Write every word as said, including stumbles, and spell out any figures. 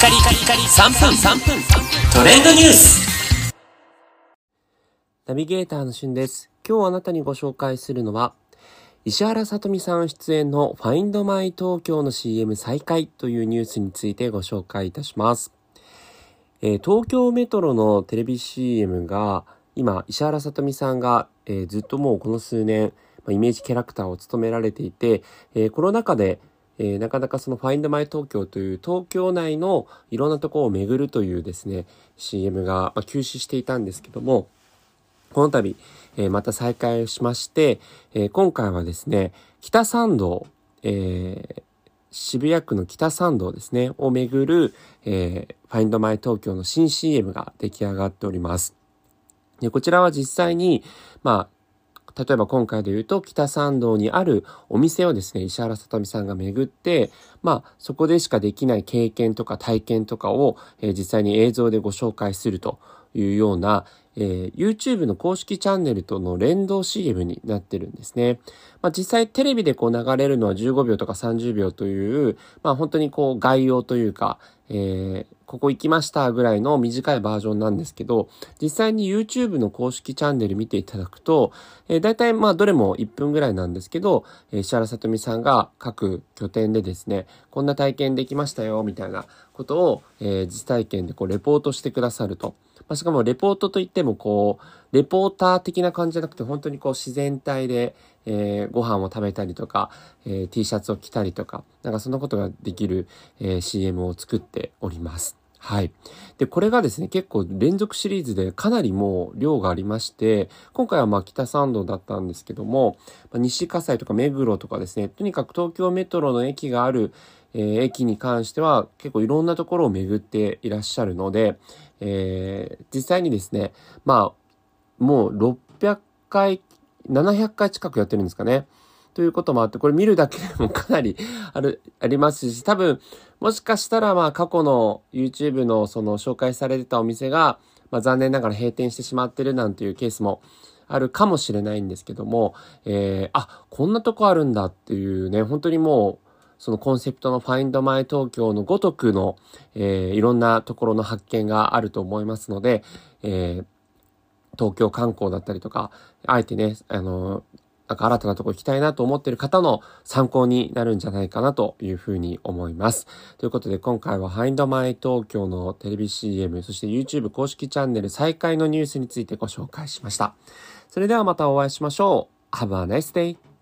カリカリカリさんぷんさんぷんトレンドニュース。 ナビゲーターのしゅんです。今日あなたにご紹介するのは石原さとみさん出演の Find My 東京の シーエム 再開というニュースについてご紹介いたします。えー、東京メトロのテレビ シーエム が今石原さとみさんが、えー、ずっともうこの数年、まあ、イメージキャラクターを務められていて、えー、コロナ禍でえー、なかなかその Find My 東京という東京内のいろんなところを巡るというですね シーエム が、まあ、休止していたんですけども、この度、えー、また再開しまして、えー、今回はですね北参道、えー、渋谷区の北参道ですねを巡る、えー、Find My 東京の新 シーエム が出来上がっております。でこちらは実際にまあ例えば今回で言うと北参道にあるお店をですね石原さとみさんが巡って、まあそこでしかできない経験とか体験とかを、えー、実際に映像でご紹介するというような、えー、YouTube の公式チャンネルとの連動 シーエム になってるんですね。まあ実際テレビでこう流れるのはじゅうごびょうとかさんじゅうびょうという、まあ本当にこう概要というか、えー、ここ行きましたぐらいの短いバージョンなんですけど、実際に YouTube の公式チャンネル見ていただくと、えー、大体まあどれもいっぷんぐらいなんですけど、えー、石原さとみさんが各拠点でですね、こんな体験できましたよみたいなことを、えー、実体験でこうレポートしてくださると。まあ、しかもレポートといってもこうレポーター的な感じじゃなくて本当にこう自然体で、えー、ご飯を食べたりとか、えー、T シャツを着たりとかなんかそんなことができる、えー、シーエム を作っております。はい。で、これがですね、結構連続シリーズでかなりもう量がありまして、今回はまあ北参道だったんですけども、まあ、西葛西とか目黒とかですね、とにかく東京メトロの駅がある、えー、駅に関しては結構いろんなところを巡っていらっしゃるので、えー、実際にですね、まあ、もうろっぴゃっかい、ななひゃっかい近くやってるんですかね。ということもあって、これ見るだけでもかなりある、ありますし、多分、もしかしたらまあ過去の YouTube のその紹介されてたお店が、まあ残念ながら閉店してしまってるなんていうケースもあるかもしれないんですけども、えー、あ、こんなとこあるんだっていうね、本当にもう、そのコンセプトの Find My 東京のごとくの、えー、いろんなところの発見があると思いますので、えー、東京観光だったりとか、あえてね、あの、なんか新たなとこ行きたいなと思っている方の参考になるんじゃないかなというふうに思います。ということで今回は Find My 東京のテレビ シーエム、そして YouTube 公式チャンネル再開のニュースについてご紹介しました。それではまたお会いしましょう。Have a nice day!